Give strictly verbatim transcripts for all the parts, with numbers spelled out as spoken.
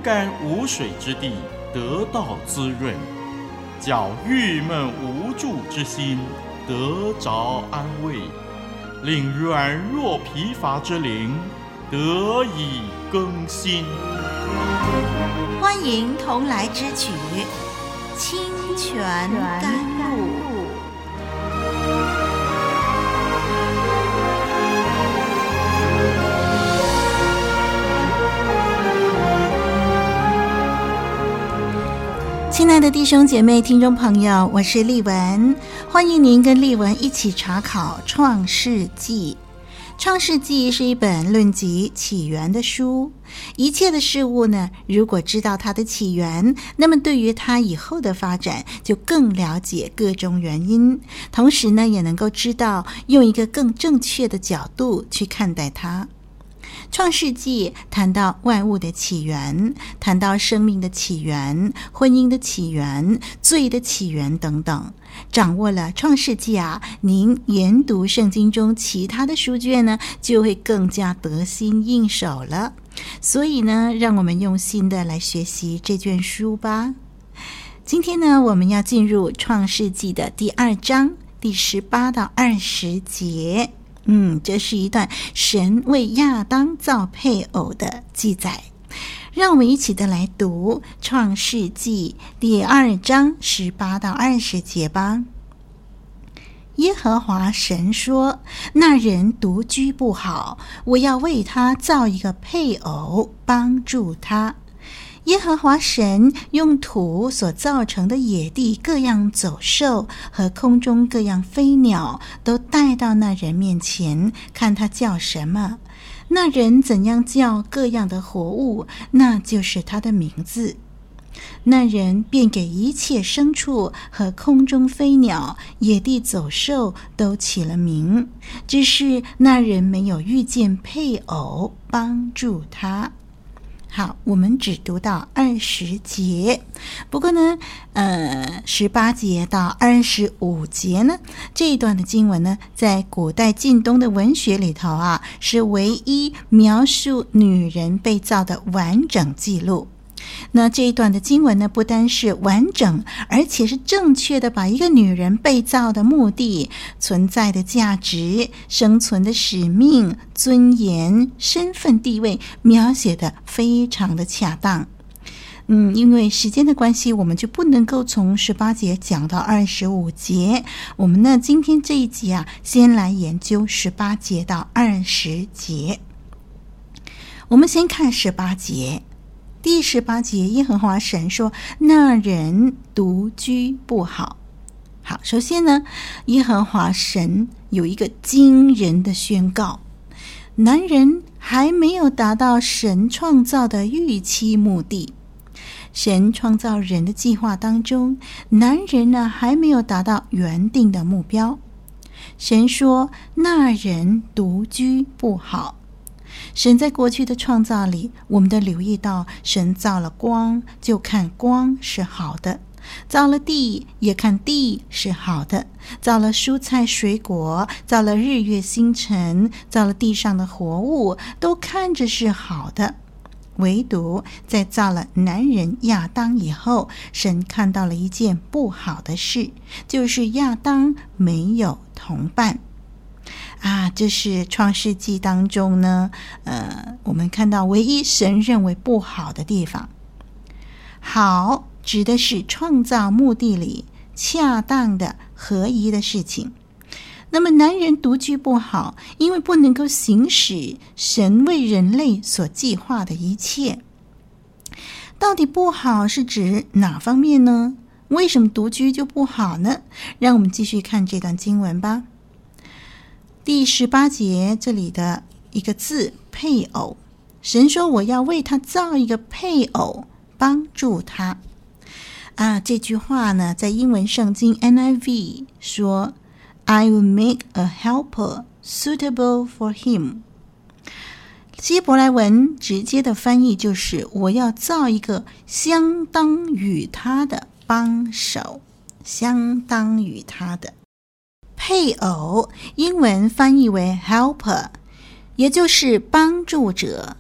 干无水之地得到滋润，叫郁闷无助之心得着安慰，令软弱疲乏之灵得以更新。 欢迎同来之曲《清泉甘露》。亲爱的弟兄姐妹、听众朋友，我是丽文，欢迎您跟丽文一起查考《创世纪》。《创世纪》是一本论及起源的书，一切的事物呢，如果知道它的起源，那么对于它以后的发展就更了解各种原因，同时呢，也能够知道用一个更正确的角度去看待它。创世纪谈到万物的起源，谈到生命的起源、婚姻的起源、罪的起源等等。掌握了创世纪啊，您研读圣经中其他的书卷呢，就会更加得心应手了。所以呢，让我们用心的来学习这卷书吧。今天呢，我们要进入创世纪的第二章第十八到二十节。嗯，这是一段神为亚当造配偶的记载。让我们一起的来读创世纪第二章十八到二十节吧。耶和华神说，那人独居不好，我要为他造一个配偶，帮助他。耶和华神用土所造成的野地各样走兽和空中各样飞鸟都带到那人面前，看他叫什么。那人怎样叫各样的活物，那就是他的名字。那人便给一切牲畜和空中飞鸟、野地走兽都起了名，只是那人没有遇见配偶帮助他。好，我们只读到二十节，不过呢，呃，十八节到二十五节呢，这一段的经文呢，在古代近东的文学里头啊，是唯一描述女人被造的完整记录。那这一段的经文呢，不单是完整，而且是正确的把一个女人被造的目的、存在的价值、生存的使命、尊严、身份地位描写的非常的恰当。嗯，因为时间的关系，我们就不能够从十八节讲到二十五节。我们呢，今天这一集啊，先来研究十八节到二十节。我们先看十八节。第十八节，耶和华神说，那人独居不好。好，首先呢，耶和华神有一个惊人的宣告，男人还没有达到神创造的预期目的。神创造人的计划当中，男人呢还没有达到原定的目标。神说，那人独居不好。神在过去的创造里，我们都留意到，神造了光，就看光是好的；造了地，也看地是好的；造了蔬菜水果，造了日月星辰，造了地上的活物，都看着是好的。唯独在造了男人亚当以后，神看到了一件不好的事，就是亚当没有同伴。啊，这是创世纪当中呢，呃，我们看到唯一神认为不好的地方。好，指的是创造目的里恰当的、合宜的事情。那么男人独居不好，因为不能够行使神为人类所计划的一切。到底不好是指哪方面呢？为什么独居就不好呢？让我们继续看这段经文吧。第十八节这里的一个字配偶，神说我要为他造一个配偶，帮助他。啊，这句话呢，在英文圣经 N I V 说 I will make a helper suitable for him。 希伯来文直接的翻译就是我要造一个相当于他的帮手，相当于他的配偶，英文翻译为 helper， 也就是帮助者、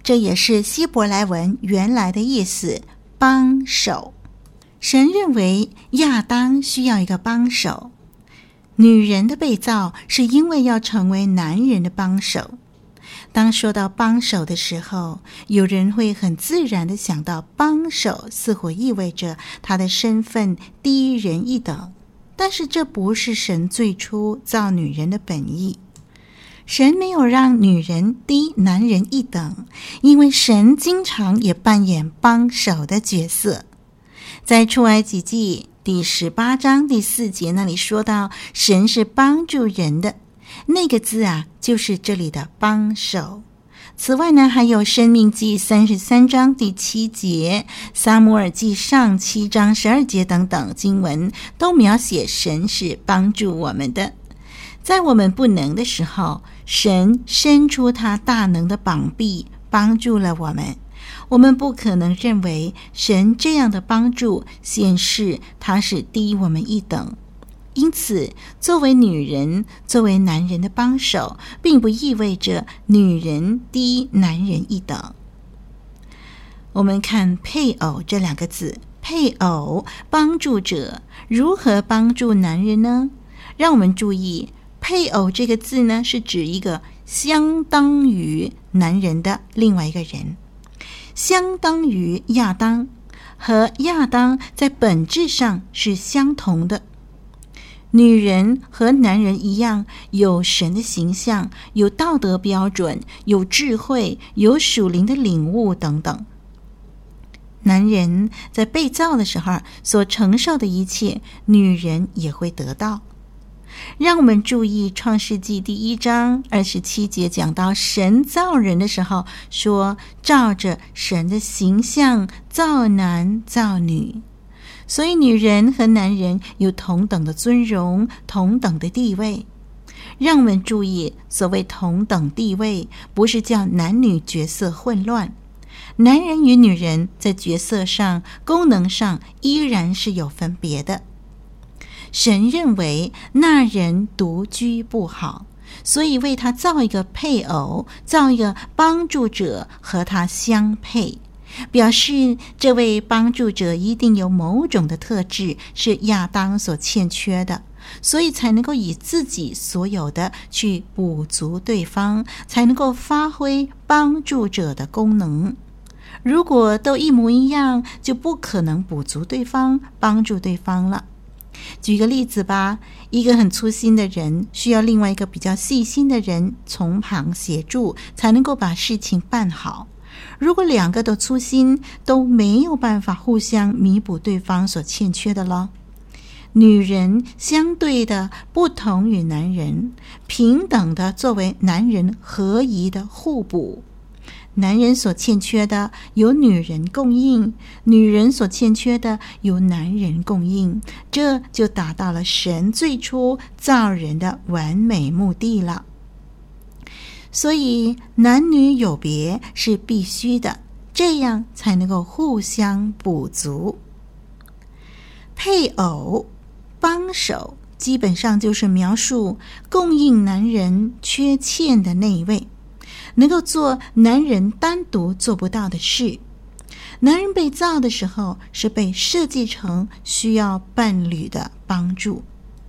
这也是希伯来文原来的意思，帮手。神认为亚当需要一个帮手，女人的被造是因为要成为男人的帮手。当说到帮手的时候，有人会很自然地想到帮手似乎意味着他的身份低人一等，但是这不是神最初造女人的本意。神没有让女人低男人一等，因为神经常也扮演帮手的角色。在出埃及记第十八章第四节那里说到，神是帮助人的，那个字啊，就是这里的帮手。此外呢，还有申命记三十三章第七节、撒母耳记上七章十二节等等经文，都描写神是帮助我们的。在我们不能的时候，神伸出他大能的膀臂，帮助了我们。我们不可能认为神这样的帮助显示他是低我们一等。因此，作为女人，作为男人的帮手，并不意味着女人低男人一等。我们看配偶这两个字，配偶、帮助者，如何帮助男人呢？让我们注意，配偶这个字呢，是指一个相当于男人的另外一个人，相当于亚当，和亚当在本质上是相同的。女人和男人一样，有神的形象，有道德标准，有智慧，有属灵的领悟等等。男人在被造的时候所承受的一切，女人也会得到。让我们注意创世纪第一章二十七节讲到神造人的时候说，照着神的形象造男造女。所以女人和男人有同等的尊荣，同等的地位。让我们注意，所谓同等地位，不是叫男女角色混乱。男人与女人在角色上、功能上依然是有分别的。神认为那人独居不好，所以为他造一个配偶，造一个帮助者和他相配，表示这位帮助者一定有某种的特质是亚当所欠缺的，所以才能够以自己所有的去补足对方，才能够发挥帮助者的功能。如果都一模一样，就不可能补足对方，帮助对方了。举个例子吧，一个很粗心的人需要另外一个比较细心的人从旁协助，才能够把事情办好。如果两个都粗心，都没有办法互相弥补对方所欠缺的了。女人相对的不同于男人，平等的作为男人合宜的互补。男人所欠缺的由女人供应，女人所欠缺的由男人供应，这就达到了神最初造人的完美目的了。所以男女有别是必须的，这样才能够互相补足。配偶、帮手基本上就是描述供应男人缺欠的那一位，能够做男人单独做不到的事。男人被造的时候是被设计成需要伴侣的帮助。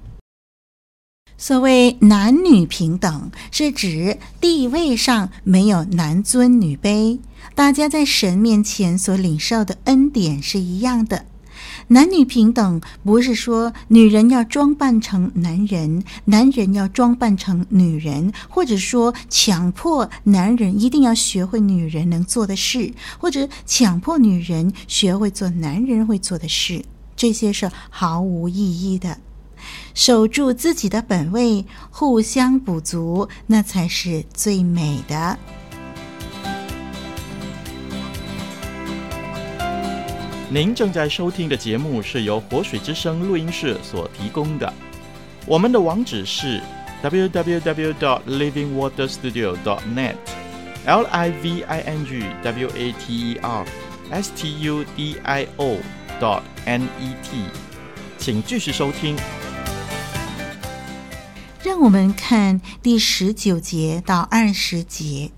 所谓男女平等，是指地位上没有男尊女卑，大家在神面前所领受的恩典是一样的。男女平等不是说女人要装扮成男人，男人要装扮成女人，或者说强迫男人一定要学会女人能做的事，或者强迫女人学会做男人会做的事，这些是毫无意义的。守住自己的本位，互相补足，那才是最美的。 您正在收听的节目是由活水之声录音室所提供的。我们的网址是 double-u double-u double-u dot living water studio dot net L I V I N G W A T E R S T U D I O dot N E T， 请继续收听。 让我们看第十九节到二十节。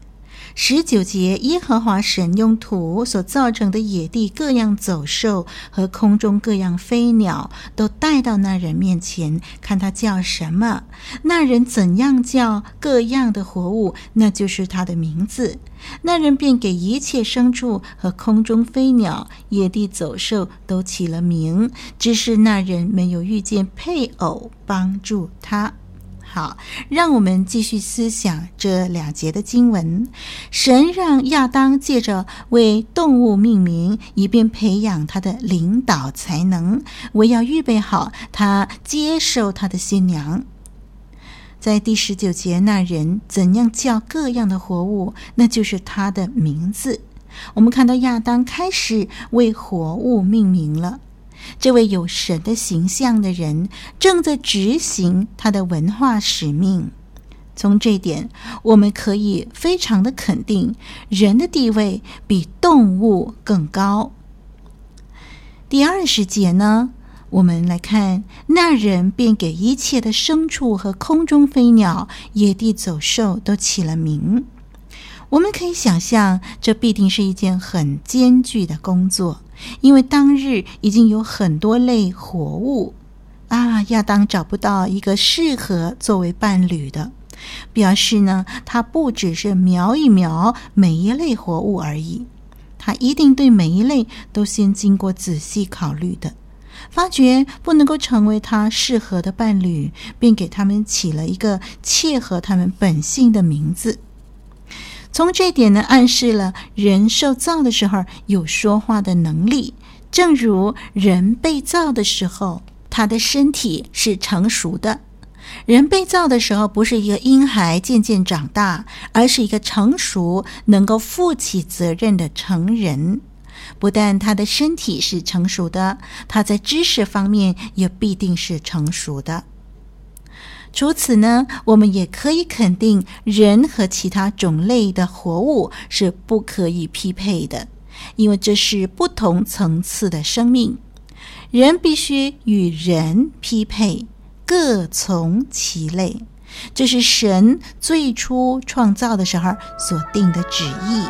十九节，耶和华神用土所造成的野地各样走兽和空中各样飞鸟都带到那人面前，看他叫什么，那人怎样叫各样的活物，那就是他的名字。那人便给一切牲畜和空中飞鸟、野地走兽都起了名，只是那人没有遇见配偶帮助他。好，让我们继续思想这两节的经文。神让亚当借着为动物命名，以便培养他的领导才能，为要预备好他接受他的新娘。在第十九节，那人怎样叫各样的活物，那就是他的名字。我们看到亚当开始为活物命名了。这位有神的形象的人正在执行他的文化使命。从这一点，我们可以非常的肯定，人的地位比动物更高。第二十节呢，我们来看，那人便给一切的牲畜和空中飞鸟、野地走兽都起了名。我们可以想象，这必定是一件很艰巨的工作，因为当日已经有很多类活物啊，亚当找不到一个适合作为伴侣的，表示呢，他不只是瞄一瞄每一类活物而已，他一定对每一类都先经过仔细考虑的，发觉不能够成为他适合的伴侣，便给他们起了一个切合他们本性的名字。从这点呢，暗示了人受造的时候有说话的能力，正如人被造的时候，他的身体是成熟的。人被造的时候不是一个婴孩渐渐长大，而是一个成熟能够负起责任的成人。不但他的身体是成熟的，他在知识方面也必定是成熟的。除此呢，我们也可以肯定，人和其他种类的活物是不可以匹配的，因为这是不同层次的生命。人必须与人匹配，各从其类，这是神最初创造的时候所定的旨意。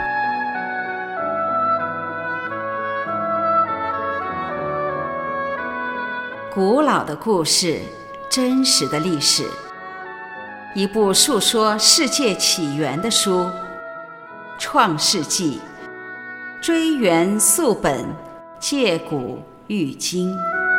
古老的故事，真实的历史，一部述说世界起源的书《创世纪》，追源溯本，借古喻今。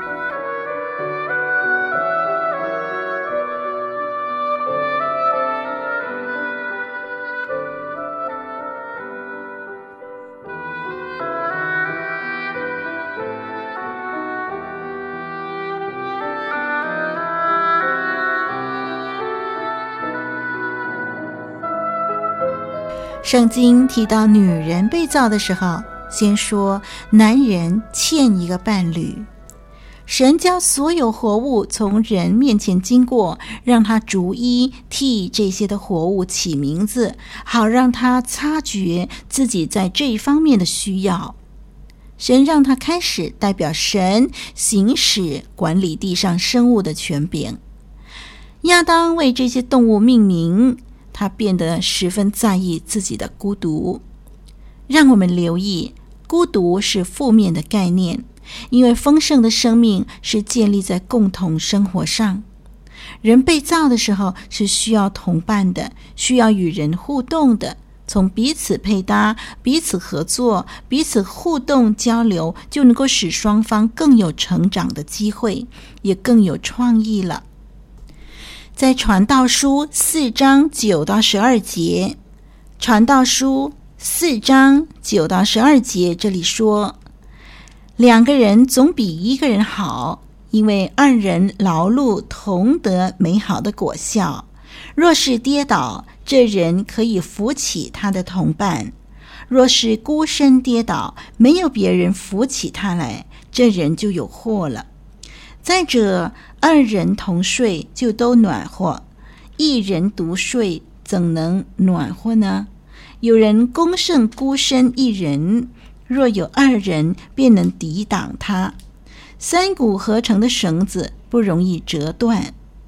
圣经提到女人被造的时候，先说男人欠一个伴侣。神将所有活物从人面前经过，让他逐一替这些的活物起名字，好让他察觉自己在这一方面的需要。神让他开始代表神行使管理地上生物的权柄。亚当为这些动物命名，他变得十分在意自己的孤独。让我们留意，孤独是负面的概念，因为丰盛的生命是建立在共同生活上。人被造的时候是需要同伴的，需要与人互动的，从彼此配搭、彼此合作、彼此互动交流，就能够使双方更有成长的机会，也更有创意了。在传道书四章九到十二节，传道书四章九到十二节这里说，两个人总比一个人好，因为二人劳碌同得美好的果效。若是跌倒，这人可以扶起他的同伴；若是孤身跌倒，没有别人扶起他来，这人就有祸了。再者，二人同睡就都暖和，一人独睡怎能暖和呢？有人攻胜孤身一人，若有二人便能抵挡他。三股合成的绳子不容易折断。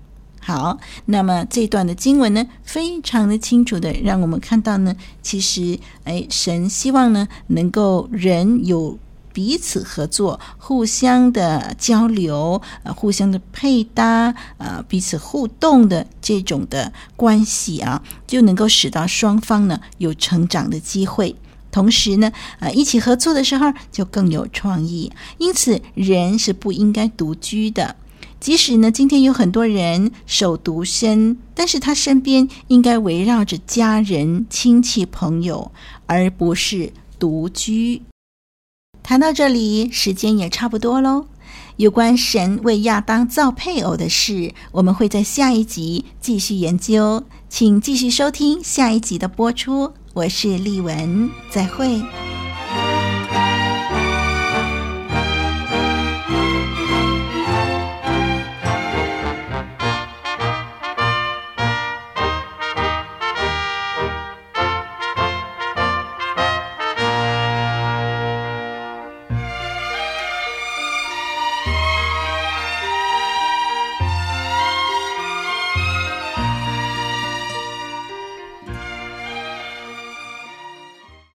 好，那么这段的经文呢，非常的清楚的让我们看到呢，其实哎，神希望呢，能够人有彼此合作，互相的交流，呃，互相的配搭，呃，彼此互动的这种的关系啊，就能够使到双方呢有成长的机会。同时呢，呃，一起合作的时候就更有创意。因此，人是不应该独居的。即使呢，今天有很多人守独身，但是他身边应该围绕着家人、亲戚、朋友，而不是独居。谈到这里，时间也差不多咯。有关神为亚当造配偶的事，我们会在下一集继续研究，请继续收听下一集的播出。我是丽文，再会。